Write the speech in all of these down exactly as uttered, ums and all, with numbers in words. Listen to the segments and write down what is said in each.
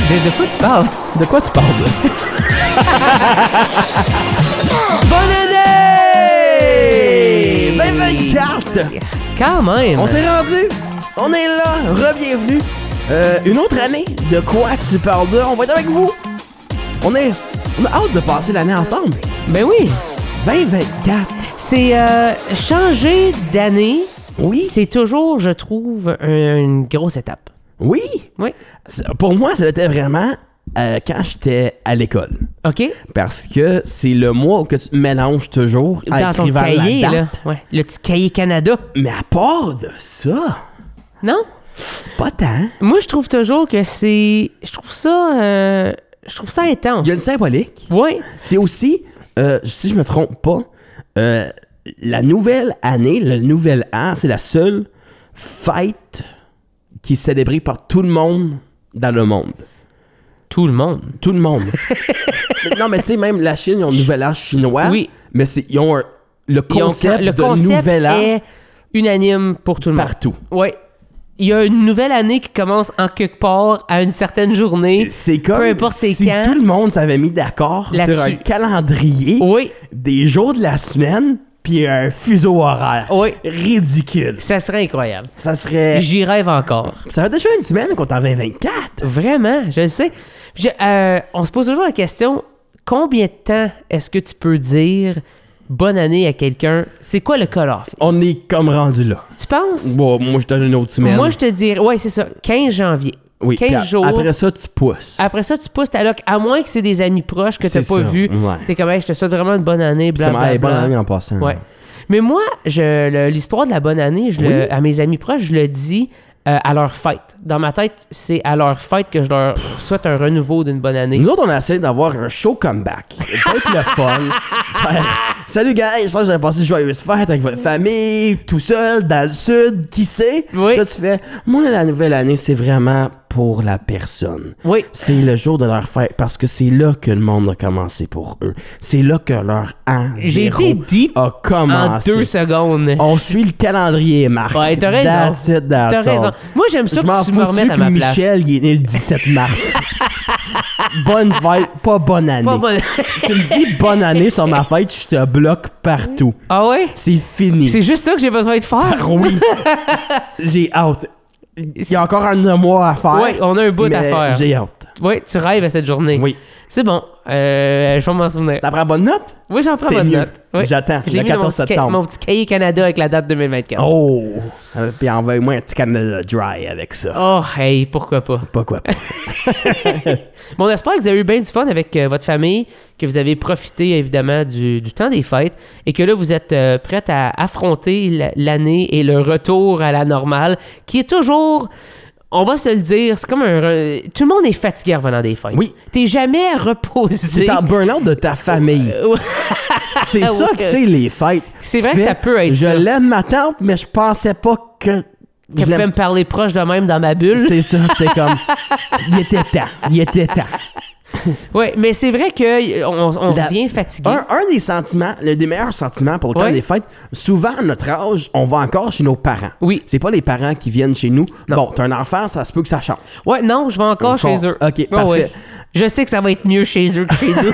De, de quoi tu parles? De quoi tu parles, là? Bonne année! vingt vingt-quatre! Quand même! On s'est rendu! On est là! Re-bienvenue! Euh, une autre année? De quoi tu parles là? On va être avec vous! On est... On a hâte de passer l'année ensemble! Ben oui! vingt vingt-quatre! C'est euh, changer d'année. Oui! C'est toujours, je trouve, un- une grosse étape. Oui! Oui. C'est- Pour moi, c'était vraiment euh, quand j'étais à l'école. OK? Parce que c'est le mois où que tu mélanges toujours en Dans ton écrivant cahier, la date. là. Ouais. Le petit cahier Canada. Mais à part de ça, Non? pas tant. Moi, je trouve toujours que c'est... Je trouve ça... euh, Je trouve ça intense. Il y a une symbolique. Oui. C'est aussi, euh, si je me trompe pas, euh, la nouvelle année, le nouvel an, c'est la seule fête qui est célébrée par tout le monde dans le monde. Tout le monde. Tout le monde. Non, mais tu sais, même la Chine, ils ont le nouvel an chinois. Oui. Mais c'est, ils ont un- le Ils ont- concept le de concept nouvel an est unanime pour tout le monde. partout. Oui. Il y a une nouvelle année qui commence en quelque part à une certaine journée. C'est comme Peu importe c'est si quand. tout le monde s'avait mis d'accord sur Là-dessus. un calendrier Oui. des jours de la semaine puis un fuseau horaire. Oui. Ridicule. Ça serait incroyable. Ça serait... J'y rêve encore. Ça fait déjà une semaine qu'on est en vingt vingt-quatre. Vraiment, je le sais. Je- euh, on se pose toujours la question, combien de temps est-ce que tu peux dire bonne année à quelqu'un? C'est quoi le call-off? On est comme rendu là. Tu penses? Bon, moi, je donne une autre semaine. Moi, je te dirais, ouais, c'est ça, quinze janvier. oui, quinze puis jours. Après ça, tu pousses. Après ça, tu pousses ta loc, à moins que c'est des amis proches que t'as C'est pas ça, vue. ouais. T'es comme, hey, je te souhaite vraiment une bonne année, C'est comme, blablabla. hey, bonne année en passant. Ouais. Mais moi, je, le- l'histoire de la bonne année, je le- Oui. à mes amis proches, je le dis euh, à leur fête. Dans ma tête, c'est à leur fête que je leur souhaite un renouveau d'une bonne année. Nous autres, on a essayé d'avoir un show comeback. Peut-être le fun. Faire, salut, gars, j'espère que vous avez passé une joyeuse fête avec votre famille, tout seul, dans le sud, qui sait? Oui. Là, tu fais, moi, la nouvelle année, c'est vraiment pour la personne. Oui. C'est le jour de leur fête parce que c'est là que le monde a commencé pour eux. C'est là que leur an J'ai zéro été deep a En commencé. deux secondes. On suit le calendrier, Marc. Ouais, t'as raison. That's it, that's T'as all. raison. Moi, j'aime ça Je m'en que tu me fous remettes à que ma place. Michel, il est né le dix-sept mars. Bonne fête, pas bonne année. Pas bonne- Tu me dis bonne année sur ma fête, je te bloque partout. Ah ouais? C'est fini. C'est juste ça que j'ai besoin de faire? Ah oui. J'ai hâte. Il y a encore un mois à faire. Oui, on a un bout à mais faire. J'ai hâte. Oui, tu rêves à cette journée. Oui. C'est bon. Euh, je vais m'en souvenir. T'as pris la bonne note? Oui, j'en prends T'es bonne mieux. note. Oui. J'attends. J'ai Le mis dans mon quatorze petit ca- septembre. mon petit cahier Canada avec la date deux mille vingt-quatre. Oh! Euh, Puis envoie-moi un petit Canada Dry avec ça. Oh, hey, pourquoi pas. Pourquoi pas? Bon, on espère que vous avez eu bien du fun avec euh, votre famille, que vous avez profité évidemment du, du temps des fêtes et que là, vous êtes euh, prête à affronter l- l'année et le retour à la normale qui est toujours... On va se le dire, c'est comme un... re- Tout le monde est fatigué en revenant des fêtes. Oui. T'es jamais reposé. C'est en burn-out de ta famille. Ouais. C'est Ouais. ça que c'est les fêtes. C'est Tu vrai que ça peut être Je ça. l'aime ma tante, mais je pensais pas que. Qu'elle je pouvait l'aime- me parler proche de même dans ma bulle. C'est ça, t'es comme. Il était temps. Il était temps. Oui, mais c'est vrai qu'on on La- revient fatigué. Un, un des sentiments, le des meilleurs sentiments pour le temps Ouais. des fêtes, souvent à notre âge, on va encore chez nos parents. Oui. C'est pas les parents qui viennent chez nous. Non. Bon, t'as un enfant, ça se peut que ça change. Ouais, non, je vais encore Ils font- chez eux. OK, Ouais, parfait. ouais. Je sais que ça va être mieux chez eux que chez nous.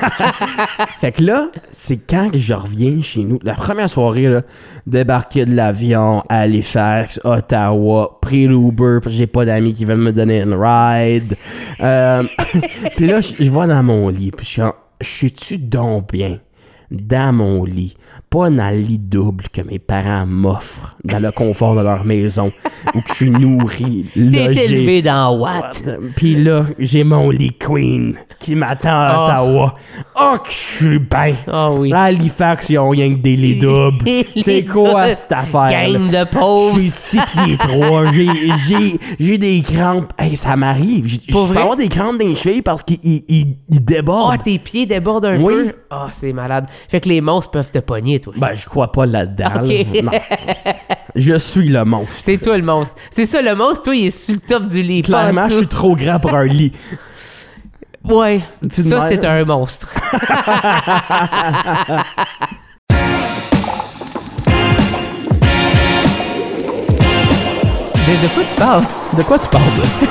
Fait que là, c'est quand que je reviens chez nous. La première soirée, là, débarquer de l'avion à Halifax, Ottawa, pris l'Uber, parce que j'ai pas d'amis qui veulent me donner une ride. Euh, puis là, je je vais dans mon lit, puis je suis en- je suis-tu donc bien dans mon lit, pas dans le lit double que mes parents m'offrent dans le confort de leur maison, où que je suis nourri, T'es logé. élevé dans Watt. Puis là, j'ai mon lit queen qui m'attend à Oh. Ottawa. Oh, que je suis bien. Ah oui. À Halifax, ils ont rien que des lits doubles. C'est quoi cette affaire? Gang de Je pauvres. suis six pieds trois. J'ai, j'ai, j'ai des crampes. Hey, ça m'arrive. J'ai- Je Pour peux vrai? avoir des crampes dans les chevilles parce qu'ils ils, ils- ils Ah, débordent. tes pieds débordent un Oui. peu. Ah, c'est malade. Fait que les monstres peuvent te pogner, toi. Ben, je crois pas là-dedans. Ok. là. Non. Je suis le monstre. C'est toi le monstre. C'est ça, le monstre, toi, il est sur le top du lit. pas en Clairement, je dessous. suis trop grand pour un lit. Ouais. Dis de Ça, même. c'est un monstre. De, de quoi tu parles? De quoi tu parles,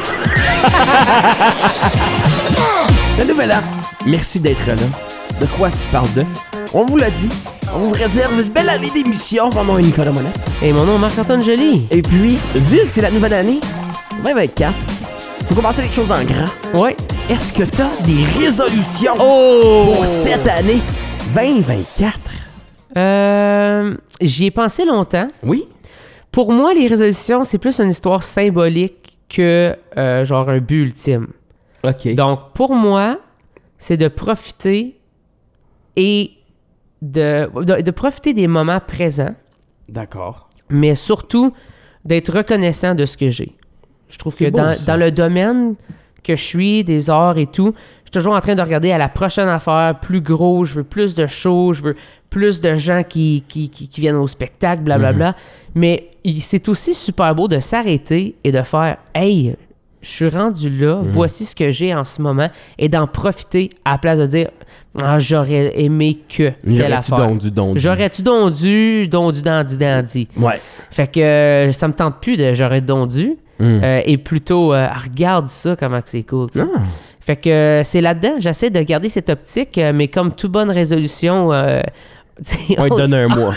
là? Le nouvel an. Merci d'être là. De quoi tu parles de? On vous l'a dit. On vous réserve une belle année d'émission. Mon nom est Nicolas Monette. Et mon nom est Marc-Antoine Joly. Et puis, vu que c'est la nouvelle année, vingt vingt-quatre, faut commencer les choses en grand. Ouais. Est-ce que t'as des résolutions Oh! pour cette année vingt vingt-quatre? Euh, j'y ai pensé longtemps. Oui. Pour moi, les résolutions, c'est plus une histoire symbolique que euh, genre un but ultime. OK. Donc, pour moi, c'est de profiter et de, de, de profiter des moments présents, D'accord. mais surtout d'être reconnaissant de ce que j'ai. Je trouve C'est que beau, dans, ça. dans le domaine que je suis, des arts et tout, je suis toujours en train de regarder à la prochaine affaire, plus gros, je veux plus de shows, je veux plus de gens qui, qui, qui, qui viennent au spectacle, blablabla. Mm-hmm. Mais il, c'est aussi super beau de s'arrêter et de faire « Hey, je suis rendu là, mm-hmm. voici ce que j'ai en ce moment » et d'en profiter à la place de dire ah, « J'aurais aimé que telle affaire. » J'aurais-tu donc dû, donc dû. J'aurais-tu donc dû, donc dû, dandi, dandi. Ouais. Fait que euh, ça me tente plus de « J'aurais donc dû mm. ». Euh, et plutôt, euh, regarde ça, comment que c'est cool. Ah. Fait que euh, c'est là-dedans, j'essaie de garder cette optique, euh, mais comme toute bonne résolution... Euh, on te donne un mois.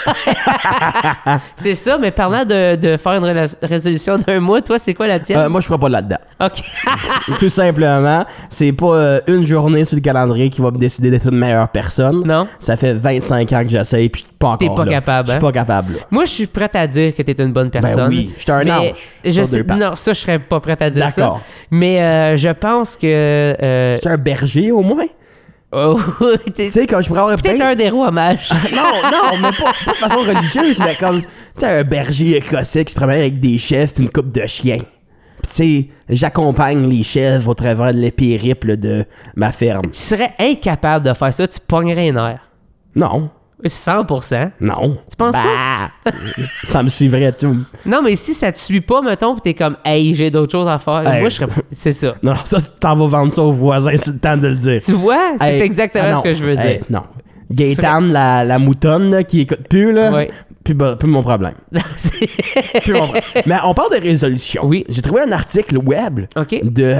C'est ça, mais parlant de, de faire une ré- résolution d'un mois, toi, c'est quoi la tienne? Euh, moi, je ferai pas là-dedans. OK. Tout simplement, c'est pas euh, une journée sur le calendrier qui va me décider d'être une meilleure personne. Non. Ça fait vingt-cinq ans que j'essaye, puis je suis pas encore T'es pas là. capable, Je suis hein? pas capable, là. Moi, je suis prête à dire que t'es une bonne personne. Ben oui, je suis un ange. Je sur sais, deux pattes. non, ça, je serais pas prête à dire D'accord. ça. Mais euh, je pense que... Euh, Je suis un berger, au moins. oh, t'es, Tu sais, quand je pourrais avoir... peut-être plein- un des rois mages. Non, non, mais pas, pas de façon religieuse, mais comme, tu sais, un berger écossais qui se promène avec des chèvres et une coupe de chiens. Puis tu sais, j'accompagne les chèvres au travers les périples de ma ferme. Tu serais incapable de faire ça, tu pognerais un air. Non, cent pour cent. non. Tu penses bah, ça me suivrait tout. Non, mais si ça te suit pas, mettons, pis t'es comme, hey, j'ai d'autres choses à faire. Hey, Moi, je serais. C'est ça. Non, ça, t'en vas vendre ça aux voisins, c'est le temps de le dire. Tu vois, c'est Hey, exactement ah non, ce que je veux hey, dire. non. Gaétan, la, la moutonne, là, qui écoute plus, là. Ouais. Plus, ba- plus mon problème. Plus mon problème. Mais on parle de résolution. Oui. J'ai trouvé un article web OK. de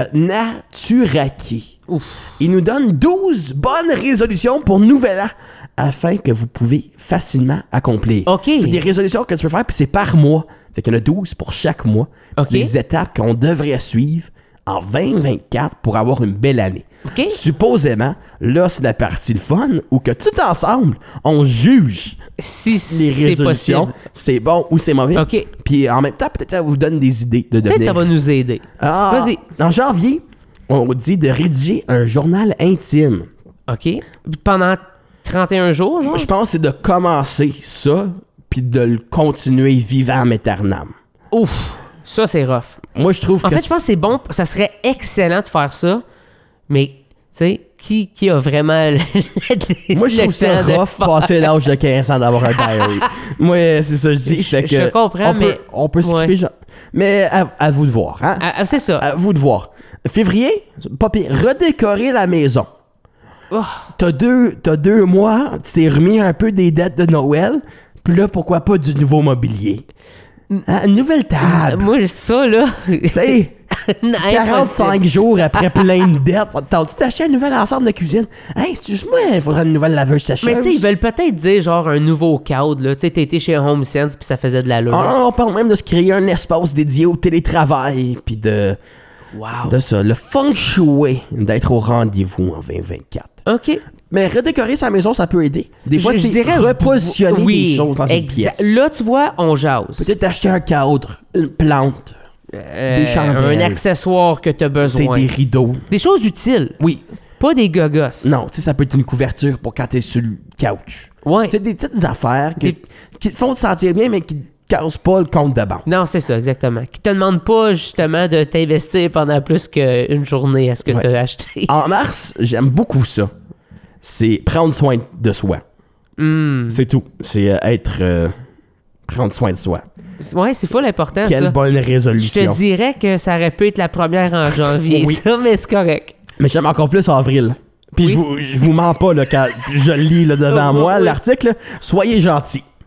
Naturaki. Ouf. Il nous donne douze bonnes résolutions pour Nouvel An afin que vous pouvez facilement accomplir. OK. C'est des résolutions que tu peux faire, puis c'est par mois. Fait qu'il y en a douze pour chaque mois. Puis OK. C'est des étapes qu'on devrait suivre en vingt vingt-quatre pour avoir une belle année. OK. Supposément, là, c'est la partie le fun où que tout ensemble, on juge Si les c'est résolutions, possible. c'est bon ou c'est mauvais. OK. Puis en même temps, peut-être ça vous donne des idées de Peut-être devenir... ça va nous aider. Ah, Vas-y. en janvier, on dit de rédiger un journal intime. OK. Pendant trente et un jours, genre? Moi, je pense que c'est de commencer ça, puis de le continuer vivant aeternam. Ouf. Ça, c'est rough. Moi, je trouve En que... fait, je pense que c'est bon. Ça serait excellent de faire ça. Mais, tu sais, qui, qui a vraiment le, Moi, je le trouve ça temps de rough faire- passer l'âge de quinze ans d'avoir un diary. Moi, c'est ça que je dis. Je- fait que je comprends, on mais- Peut, on peut skipper... Ouais. genre- Mais à, à vous de voir, hein? Ah, ah, c'est ça. À vous de voir. Février, pas pire. Redécorer la maison. Oh. T'as deux, t'as deux mois, tu t'es remis un peu des dettes de Noël, puis là, pourquoi pas du nouveau mobilier? Hein, une nouvelle table. Moi, ça, là. Tu sais, quarante-cinq jours après plein de dettes, t'as-tu acheté un nouvel ensemble de cuisine? Hey, excuse-moi, il faudrait une nouvelle laveuse sécheuse. Mais tu sais, ils veulent peut-être dire genre un nouveau cadre, là. Tu sais, t'as été chez HomeSense puis ça faisait de la loge. Ah, on parle même de se créer un espace dédié au télétravail, puis de, Wow. de ça, le feng shui, d'être au rendez-vous en vingt vingt-quatre. OK. Mais redécorer sa maison, ça peut aider. Des fois, Je- je c'est dirais- repositionner oui, des choses dans une exa- pièce. Là, tu vois, on jase. Peut-être acheter un cadre, une plante, Euh, des chandelles. Un accessoire que t'as c'est besoin. des rideaux. Des choses utiles. Oui. Pas des gogos. Non, tu sais, ça peut être une couverture pour quand t'es sur le couch. Ouais. Tu sais, des petites affaires que- Des- qui te font te sentir bien, mais qui te cassent pas le compte de banque. Non, c'est ça, exactement. Qui te demande pas, justement, de t'investir pendant plus qu'une journée à ce que Ouais. t'as acheté. En mars, j'aime beaucoup ça. C'est prendre soin de soi. Hmm. C'est tout. C'est euh, être... euh, prendre soin de soi. Ouais, c'est full important, Quelle ça. bonne Je résolution. te dirais que ça aurait pu être la première en janvier, Oui. ça, mais c'est correct. Mais j'aime encore plus avril. Puis Oui. je vous, je vous mens pas là, quand je le lis là, devant Oh, oh, moi, oui. l'article. là. Soyez gentils.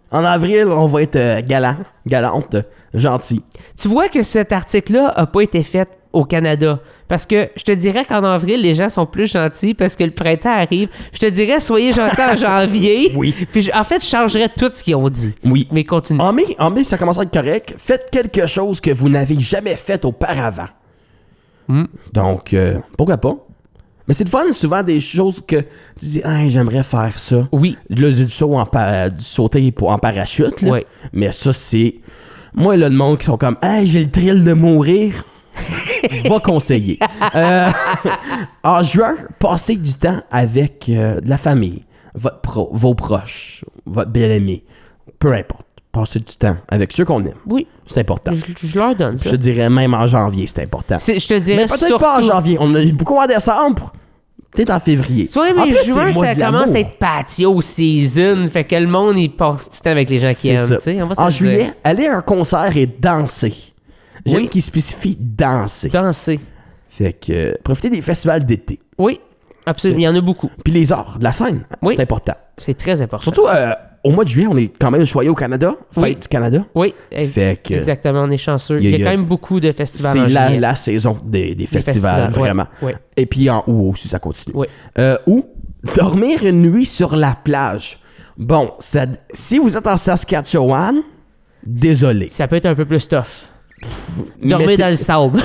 En avril, on va être euh, galant, galante, euh, gentil. Tu vois que cet article-là a pas été fait au Canada. Parce que je te dirais qu'en avril, les gens sont plus gentils parce que le printemps arrive. Je te dirais, soyez gentils en janvier. Oui. Puis je- en fait, je changerais tout ce qu'ils ont dit. Oui. Mais continue. En mai, en mai, ça commence à être correct. Faites quelque chose que vous n'avez jamais fait auparavant. Mm. Donc, euh, pourquoi pas? Mais c'est le fun, souvent, des choses que tu dis, ah, j'aimerais faire ça. Oui. Là, du saut en, pa- du sauter pour- en parachute, là. Ouais. Mais ça, c'est... Moi, là, le monde qui sont comme, hey, j'ai le thrill de mourir. Va conseiller. Euh, en juin, passez du temps avec euh, de la famille, votre pro, vos proches, votre bien-aimé. Peu importe. Passez du temps avec ceux qu'on aime. Oui. C'est important. Je, je leur donne Je ça. te dirais même en janvier, c'est important. C'est- je te dirais Mais peut-être surtout... pas en janvier. On a eu beaucoup en décembre. Peut-être en février. Tu vois, En mais plus, c'est juin, le mois ça de commence l'amour. à être patio season. Fait que le monde, il passe du temps avec les gens qui C'est aiment. ça. Tu sais, on va se En le juillet, dire. allez à un concert et danser. J'aime Oui. qu'il spécifie danser. Danser. Fait que euh, profitez des festivals d'été. Oui, absolument. Il y en a beaucoup. Puis les arts de la scène, Oui. c'est important. C'est très important. Surtout euh, au mois de juillet, on est quand même choyé au Canada. Fête Oui. du Canada. Oui, Fait que exactement, on est chanceux. y a- Il y a y a- quand même beaucoup de festivals en c'est la, juillet. la saison des, des festivals, festivals, vraiment. ouais, ouais. Et puis en août aussi, ça continue. Oui. Euh, ou dormir une nuit sur la plage. Bon, ça, si vous êtes en Saskatchewan, désolé. Ça peut être un peu plus tough. Dormir Mettez- dans le sable.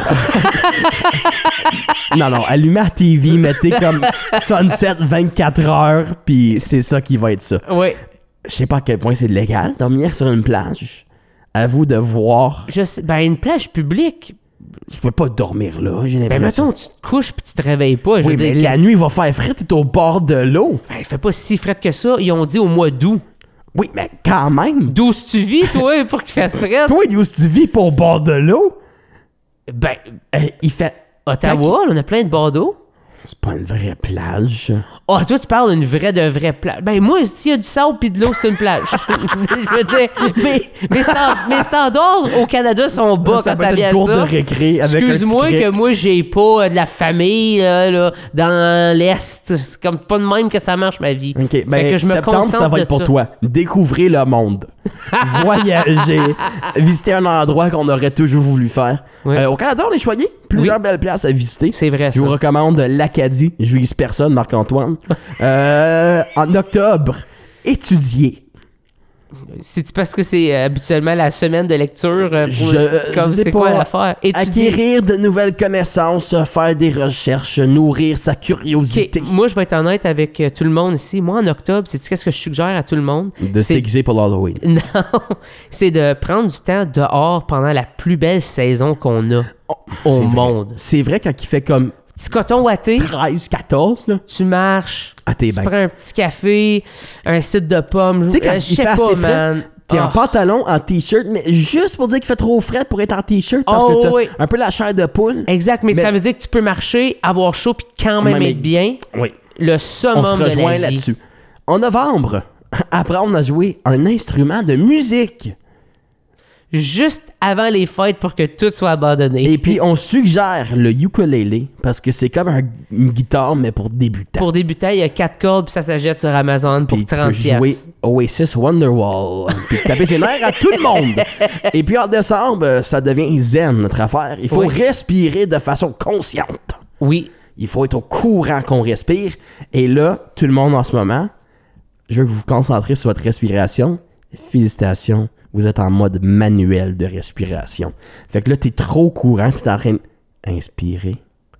Non, non, allumez la T V, mettez comme Sunset vingt-quatre heures, puis c'est ça qui va être ça. Oui. Je sais pas à quel point c'est légal, dormir sur une plage. À vous de voir. Je sais, ben, une plage publique. Tu peux pas dormir là, j'ai Ben, l'impression. mettons, tu te couches puis tu te réveilles pas. Je Oui, veux mais dire, la nuit, il va faire frais, t'es au bord de l'eau. ben, il fait pas si frais que ça. Ils ont dit au mois d'août. Oui, mais quand même. D'où tu vis, toi, pour qu'il fasse frais? Toi, où tu vis pas au bord de l'eau? Ben, Euh, il fait... Ottawa, là, on a plein de bordeaux. C'est pas une vraie plage. Ah, oh, toi, tu parles d'une vraie, de vraie plage. Ben, moi, s'il y a du sable pis de l'eau, c'est une plage. Je veux dire, mes, mes, stand- mes standards au Canada sont bas Ça quand peut ça être vient une à cour ça. de récré avec un Excuse-moi petit que cric. moi, j'ai pas euh, de la famille là, là, dans l'Est. C'est comme pas de même que ça marche, ma vie. OK, Fait ben que je me septembre, concentre ça va de être pour ça. toi. Découvrez le monde. Voyager. Visiter un endroit qu'on aurait toujours voulu faire. Oui. Euh, au Canada, on est choyé. Plusieurs Oui. belles places à visiter. C'est vrai, Je ça. vous recommande l'Acadie. Je vise personne, Marc-Antoine. euh, en octobre, étudier. C'est parce que c'est euh, habituellement la semaine de lecture. euh, pour- Je- comme je sais c'est quoi pas. l'affaire? Étudier. Acquérir de nouvelles connaissances, faire des recherches, nourrir sa Ok, curiosité. moi, je vais être honnête avec euh, tout le monde ici. Moi, en octobre, c'est qu'est-ce que je suggère à tout le monde? De se C'est- déguiser pour l'Halloween. Non, c'est de prendre du temps dehors pendant la plus belle saison qu'on a Oh, au c'est vrai. monde. C'est vrai quand il fait comme Petit coton ouaté, treize, quatorze, là. tu marches, Ah, t'es tu bien. prends un petit café, un site de pommes. Tu sais, quand euh, il je sais fait assez pas, frais, man. T'es en Ah. pantalon, en t-shirt, mais juste pour dire qu'il fait trop frais pour être en t-shirt parce Oh, que t'as oui. un peu la chair de poule. Exact, mais, Mais- ça veut dire que tu peux marcher, avoir chaud puis quand même Même être être- bien. Oui. Le On summum se de rejoint la vie. là-dessus. En novembre, apprendre à jouer un instrument de musique. Juste avant les fêtes pour que tout soit abandonné. Et puis, on suggère le ukulélé parce que c'est comme un- une guitare, mais pour débutants. Pour débuter, il y a quatre cordes puis ça s'achète sur Amazon pour Puis tu peux trente jouer piastres. Oasis Wonderwall. Puis taper ses nerfs à tout le monde. Et puis en décembre, euh, ça devient zen, notre affaire. Il faut Oui. respirer de façon consciente. Oui. Il faut être au courant qu'on respire. Et là, tout le monde en ce moment, je veux que vous vous concentrez sur votre respiration. Félicitations, vous êtes en mode manuel de respiration. Fait que là, t'es trop courant, t'es en train d'inspirer,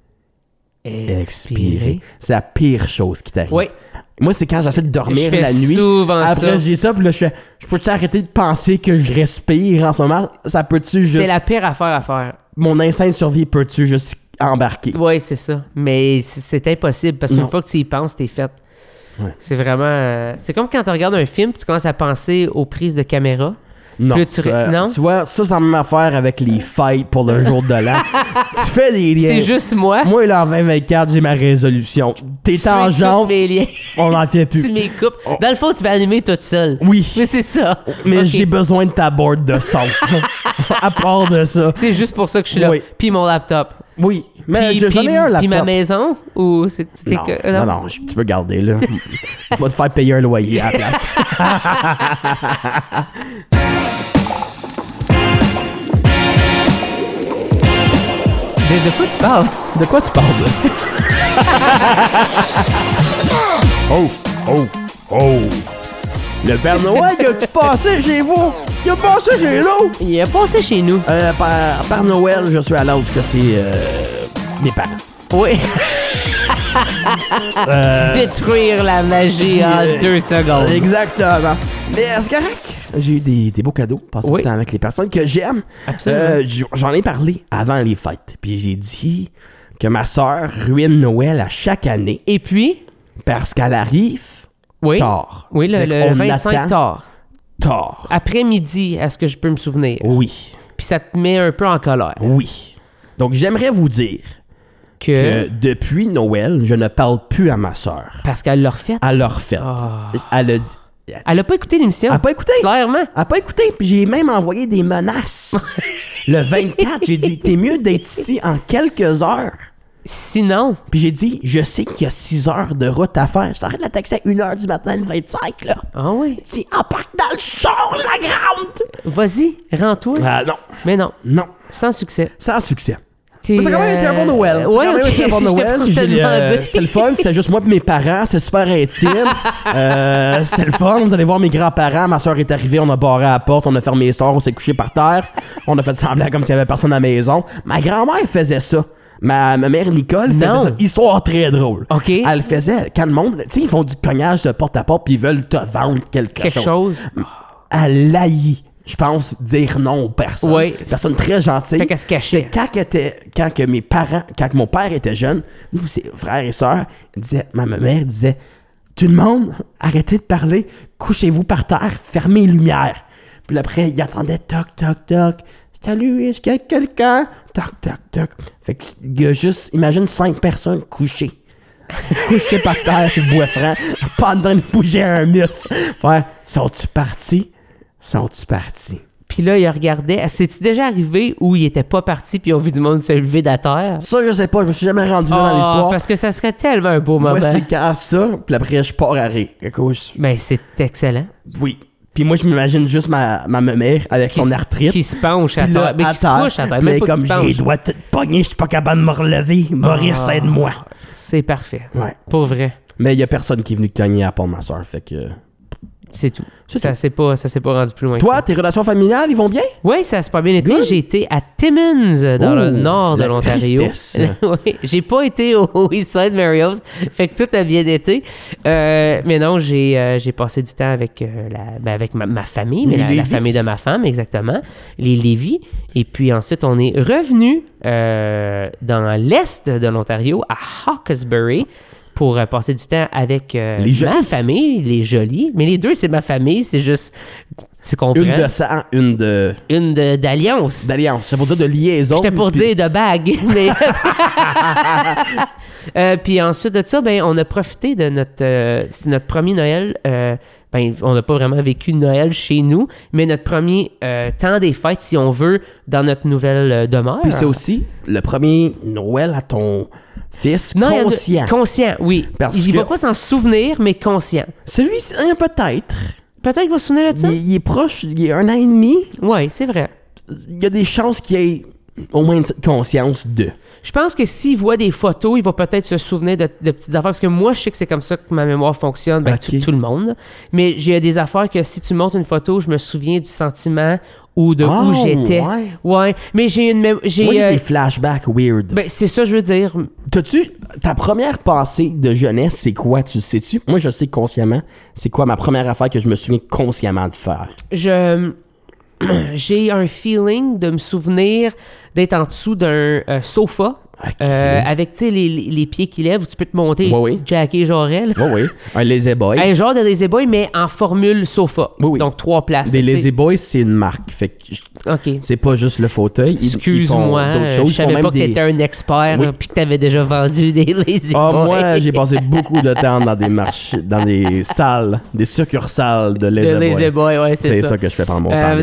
expirer. C'est la pire chose qui t'arrive. Oui. Moi, c'est quand j'essaie de Je dormir fais la nuit. souvent Après, ça. je dis ça, puis là, je fais, je peux-tu arrêter de penser que je respire en ce moment? Ça peut-tu juste... C'est la pire affaire à faire. Mon instinct de survie peut-tu juste embarquer? Oui, c'est ça. Mais c'est- c'est impossible parce qu'une Non. fois que tu y penses, t'es fait. Ouais. C'est vraiment. euh, C'est comme quand tu regardes un film puis tu commences à penser aux prises de caméra. Non. Puis là, tu ré- Euh, non? tu vois, ça, c'est la même affaire avec les fights pour le jour de l'an. Tu fais des liens. C'est juste moi. Moi, là, en vingt vingt-quatre, j'ai ma résolution. Tes Tu fais tangentes, tous mes liens. on n'en fait Tu plus. m'y coupes. Dans le fond, tu vas animer toute seule. Oui. Mais c'est ça. Mais Ok. j'ai besoin de ta board de son. À part de ça. C'est juste pour ça que je suis là. Oui. Puis mon laptop. Oui, mais Puis- je- j'en puis- ai un laptop. Puis ma maison? Ou c'est... c'était Non, que- non, non, je- tu peux garder, là. On va te faire payer un loyer à la place. De, de quoi tu parles? De quoi tu parles, là? Oh, oh, oh. Le Père Noël, il a-tu passé chez vous? Il a passé chez nous? Il est passé chez nous. Euh, par, par Noël, je suis à l'autre que c'est euh, mes parents. Oui. Euh, Détruire la magie en euh, deux secondes. Exactement. Mais euh, c'est correct. J'ai eu des, des beaux cadeaux, passer Oui. du temps avec les personnes que j'aime. Absolument. Euh, j- j'en ai parlé avant les fêtes. Puis j'ai dit que ma sœur ruine Noël à chaque année Et puis, parce qu'elle arrive oui, tard. oui, le, Fait le qu'on vingt-cinq attend tard. Tard. Après-midi, est-ce que je peux me souvenir? Oui. Puis ça te met un peu en colère. Oui. Donc j'aimerais vous dire Que... que depuis Noël, je ne parle plus à ma sœur. Parce qu'elle l'a refait. Elle l'a refait. Ah. Elle a dit. Elle a pas écouté l'émission. Elle a pas écouté. Clairement. Elle a pas écouté, puis j'ai même envoyé des menaces. Le vingt-quatre, j'ai dit, t'es mieux d'être ici en quelques heures. Sinon, Puis j'ai dit, je sais qu'il y a six heures de route à faire. Je t'arrête de la taxer à une heure du matin le vingt-cinq, là. ah oui, J'ai dit, embarque dans le char, la grande! vas-y, rends-toi. Ah non, Mais non, non, sans succès. sans succès. T'es, Mais ça a quand même été un bon Noël. Ça a ouais, quand même ok, été un bon j'étais Noël. pour te J'ai, euh, demander. c'est le fun, c'est juste moi et mes parents, c'est super intime. euh, c'est le fun, vous allez voir mes grands-parents, ma soeur est arrivée, on a barré à la porte, on a fermé les stores, on s'est couché par terre, on a fait semblant comme s'il y avait personne à la maison. Ma grand-mère faisait ça. Ma, ma mère Nicole faisait Non. ça. Histoire très drôle. OK. Elle faisait, quand le monde, tu sais, ils font du cognage de porte à porte puis ils veulent te vendre quelque, Quelque chose. Elle haït, je pense, dire non aux personnes. Oui. Personne très gentille. Fait qu'elle se cachait. Fait que quand, qu'elle était, quand que mes parents, quand que mon père était jeune, nous, ses frères et sœurs, disaient, ma ma mère disait, tout le monde, arrêtez de parler, couchez-vous par terre, fermez les lumières. Puis après, il attendait, toc, toc, toc. Salut, est-ce qu'il y a quelqu'un? Toc, toc, toc. Fait que, il y a juste, imagine cinq personnes couchées. Couchées par terre sur le bois franc, pas en train de bouger un muscle. Faire, sont-tu partis? Sont-tu partis? Puis là, il regardait. C'est-tu déjà arrivé où il était pas parti puis ils ont vu du monde se lever de la terre? Ça, je sais pas, je me suis jamais rendu là dans Ah, l'histoire. parce que ça serait tellement un beau moment. Moi, c'est quand ça, puis après, je pars à rire. Écoute, je- Ben, c'est excellent. oui. Puis moi, je m'imagine juste ma, ma mère avec Qui son se- arthrite. Qui se penche à Puis là, terre. Mais à qui se terre, couche à terre. puis Même là, pas comme qui se j'ai les penche. doigts tout pognés, je suis pas capable de me relever. Maurice, Ah. aide-moi. C'est parfait. Ouais. Pour vrai. Mais il y a personne qui est venu cogner à la porte de ma soeur, fait que... C'est tout. C'est Ça tout. s'est pas, ça s'est pas rendu plus loin que Toi, ça. tes relations familiales, ils vont bien? Oui, ça a super bien été. Good. J'ai été à Timmins, dans Oh, le nord de la l'Ontario. tristesse. Oui, j'ai pas été au Eastside Mario's, fait que tout a bien été. Euh, mais non, j'ai euh, j'ai passé du temps avec, euh, la, ben avec ma, ma famille, mais Les la, la Lévis. famille de ma femme, exactement, les Lévis. Et puis ensuite, on est revenu euh, dans l'est de l'Ontario, à Hawkesbury, pour euh, passer du temps avec euh, Les ma Jolis. famille, les Jolis. Mais les deux, c'est ma famille, c'est juste... Tu comprends? Une de sang, une de... Une de- d'alliance. d'alliance. Ça veut dire de liaison. J'étais pour puis- dire de bague, mais... Euh, puis ensuite de ça, ben, on a profité de notre... euh, c'était notre premier Noël. euh, ben, on n'a pas vraiment vécu Noël chez nous, mais notre premier euh, temps des fêtes, si on veut, dans notre nouvelle euh, demeure. Puis c'est aussi le premier Noël à ton fils Non, il y a de- conscient. Conscient, oui. Parce il que- va pas s'en souvenir, mais conscient. Celui-ci, hein, peut-être. Peut-être qu'il va se souvenir de ça. Il, est- il est proche, il est un an et demi. Oui, c'est vrai. Il y a des chances qu'il ait au moins une petite conscience de. Je pense que s'il voit des photos, il va peut-être se souvenir de, de petites affaires. Parce que moi, je sais que c'est comme ça que ma mémoire fonctionne. Ben, Ok. tout, tout le monde. Mais j'ai des affaires que si tu montres une photo, je me souviens du sentiment ou de Oh, où j'étais. ouais. Ouais. Mais j'ai une... mé- J'ai, Moi, j'ai euh, des flashbacks weird. ben, c'est ça, je veux dire. T'as-tu... Ta première pensée de jeunesse, c'est quoi? Tu le sais-tu? Moi, je sais consciemment. C'est quoi ma première affaire que je me souviens consciemment de faire? Je... j'ai un feeling de me souvenir d'être en dessous d'un euh, sofa. Ok. euh, avec, tu sais, les, les, les pieds qui lèvent, où tu peux te monter, Ouais, oui. jacker Jorel. Oui, oui. Un Lazy Boy. Un genre de Lazy Boy, mais en formule sofa. Oui, oui. Donc, trois places. Des tu sais. Lazy Boys, c'est une marque. Fait que je- OK. c'est pas juste le fauteuil. Ils- ils font Excuse-moi, d'autres je choses. Ils font savais même pas que des... t'étais un expert Oui. là, puis que t'avais déjà vendu des Lazy Ah, Boy. moi, j'ai passé beaucoup de temps dans des marchés, dans des salles, des succursales de Lazy de Boy. Lazy Boy, ouais, c'est, C'est ça. ça que je fais pendant mon Euh, temps libre.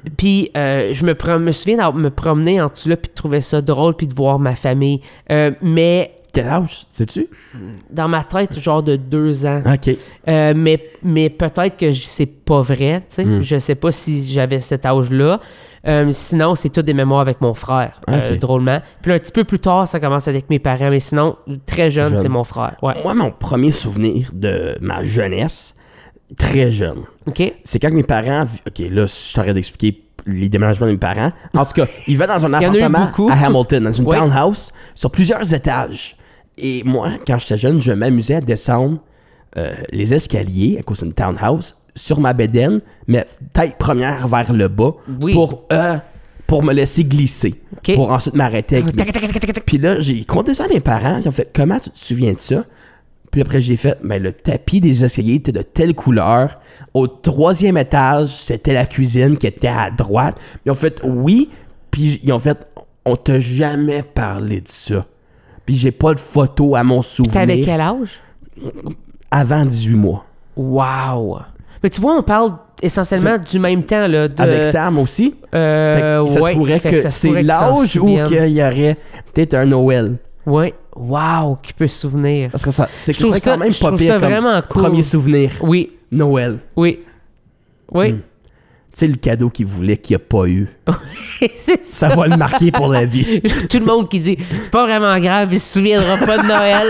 Puis euh, je me, prom- me souviens de me promener en dessous là, puis de trouver ça drôle, puis de voir ma famille. Euh, mais Quel âge, sais-tu? dans ma tête, genre de deux ans. OK. Euh, mais, mais peut-être que je- c'est pas vrai, tu sais. Mm. Je sais pas si j'avais cet âge-là. Euh, sinon, c'est toutes des mémoires avec mon frère, euh, Ok. drôlement. Puis là, un petit peu plus tard, ça commence avec mes parents. Mais sinon, très jeune, Jeune. c'est mon frère. Ouais. Moi, mon premier souvenir de ma jeunesse, très jeune, OK? c'est quand mes parents... vi- OK, là, je t'arrête d'expliquer les déménagements de mes parents. En tout cas, ils vivaient dans un Il y en a eu appartement beaucoup. à Hamilton, dans une Oui. townhouse, sur plusieurs étages. Et moi, quand j'étais jeune, je m'amusais à descendre euh, les escaliers, à cause d'une townhouse, sur ma bédaine, mais tête première vers le bas, Oui. pour, euh, pour me laisser glisser. OK. Pour ensuite m'arrêter avec mes... Tac, tac, tac, tac, tac. Puis là, j'ai compté ça à mes parents. Ils ont fait, comment tu te souviens de ça? Puis après, j'ai fait, ben, le tapis des escaliers était de telle couleur. Au troisième étage, c'était la cuisine qui était à droite. Ils ont fait, oui. Puis ils ont fait, on t'a jamais parlé de ça. Puis j'ai pas de photo à mon souvenir. T'avais quel âge? Avant dix-huit mois. Wow! Mais tu vois, on parle essentiellement du même temps, là. De, Avec Sam aussi. Euh, Fait que ça ouais, se pourrait fait que, ça se c'est pourrait qu'il s'en l'âge où souvienne. il y aurait peut-être un Noël. Ouais. Wow, qui peut se souvenir. Parce que ça, c'est Je trouve ce serait quand ça- même je pas trouve pire ça comme vraiment cool. premier souvenir. Oui, Noël. oui. Oui. Mm. Tu sais, le cadeau qu'il voulait qu'il a pas eu. C'est ça. Ça va le marquer pour la vie. Tout le monde qui dit c'est pas vraiment grave, il se souviendra pas de Noël.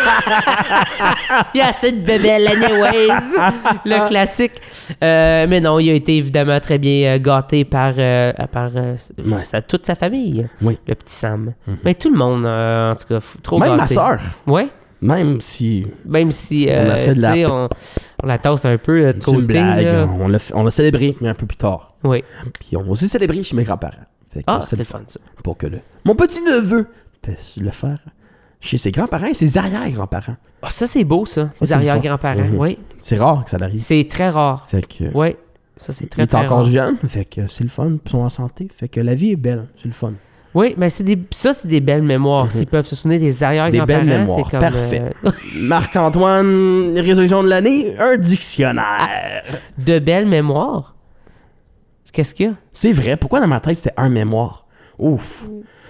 Il y a assez de bébelles anyways. Le classique. Euh, mais non, il a été évidemment très bien euh, gâté par, euh, par euh, Ouais. sa- toute sa famille. Oui. Le petit Sam. Mais tout le monde, euh, en tout cas, f- trop Même ma gâté. soeur. Ouais. Même si Même si On euh, essaie de tu la- sais, on, on la tasse un peu euh, de c'est une côté. blague, là. on l'a, on l'a célébré, mais un peu plus tard. Oui. Puis on a aussi célébré chez mes grands-parents. Fait que Ah, c'est c'est le fun ça. Pour que le... Mon petit-neveu puisse le faire chez ses grands-parents et ses arrière-grands-parents. Ah, ça, c'est beau, ça. Les c'est le arrière-grands-parents. fun. Mhm. Oui. C'est rare que ça arrive. C'est très rare. Fait que... Oui. Ça, c'est il très, est très encore rare. jeune, fait que c'est le fun, puis ils sont en santé. Fait que la vie est belle, c'est le fun. Oui, mais c'est des, ça, c'est des belles mémoires. S'ils peuvent se souvenir des arrière-grands-parents, Des belles mémoires, c'est comme... parfait. euh, Marc-Antoine, résolution de l'année, un dictionnaire. de belles mémoires? Qu'est-ce qu'il y a? C'est vrai, pourquoi dans ma tête c'était un mémoire? Ouf.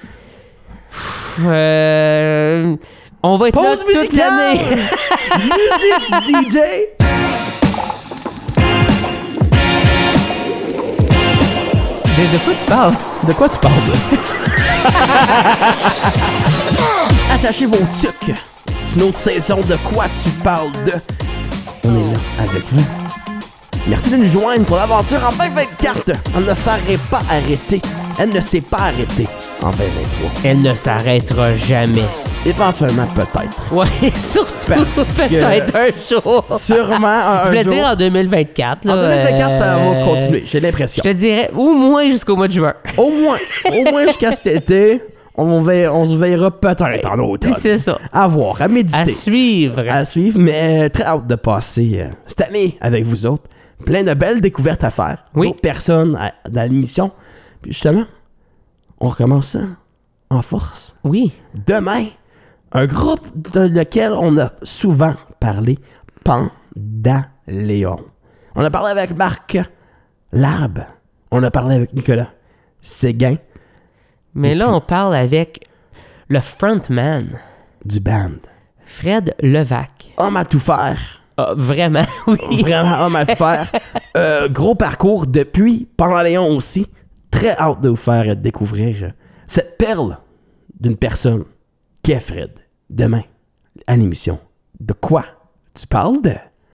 Pff, euh, on va être là Pause toute musicale! l'année. Musique D J! De, de quoi tu parles? De quoi tu parles? Attachez vos tucs. C'est une autre saison de quoi tu parles de. On est là avec vous. Merci de nous joindre pour l'aventure en vingt vingt-quatre. On ne s'arrête pas arrêté. Elle ne s'est pas arrêtée en vingt vingt-trois. Elle ne s'arrêtera jamais. Éventuellement, peut-être. Ouais, surtout Parce que- peut-être un jour. Sûrement un, Je un voulais jour. dire en deux mille vingt-quatre. Là, En deux mille vingt-quatre, ça va euh, continuer. J'ai l'impression. Je te dirais au moins jusqu'au mois de juin. Au moins, au moins jusqu'à cet été, on, va, on se verra peut-être en automne. C'est ça. À voir, à méditer. À suivre. À suivre, mais très hâte de passer euh, cette année avec vous autres. Plein de belles découvertes à faire. Oui. D'autres personnes à- dans l'émission. Puis justement, on recommence ça en force. Oui. Demain, un groupe de lequel on a souvent parlé, Pandaléon. On a parlé avec Marc Larbe. On a parlé avec Nicolas Séguin Mais Et là, puis- on parle avec le frontman, du band. Fred Levac. Homme à tout faire. Ah, vraiment, oui. Vraiment homme à tout faire. Euh, gros parcours depuis Pandaléon aussi. Très hâte de vous faire découvrir cette perle d'une personne qui est Fred. Demain, à l'émission. De quoi tu parles de...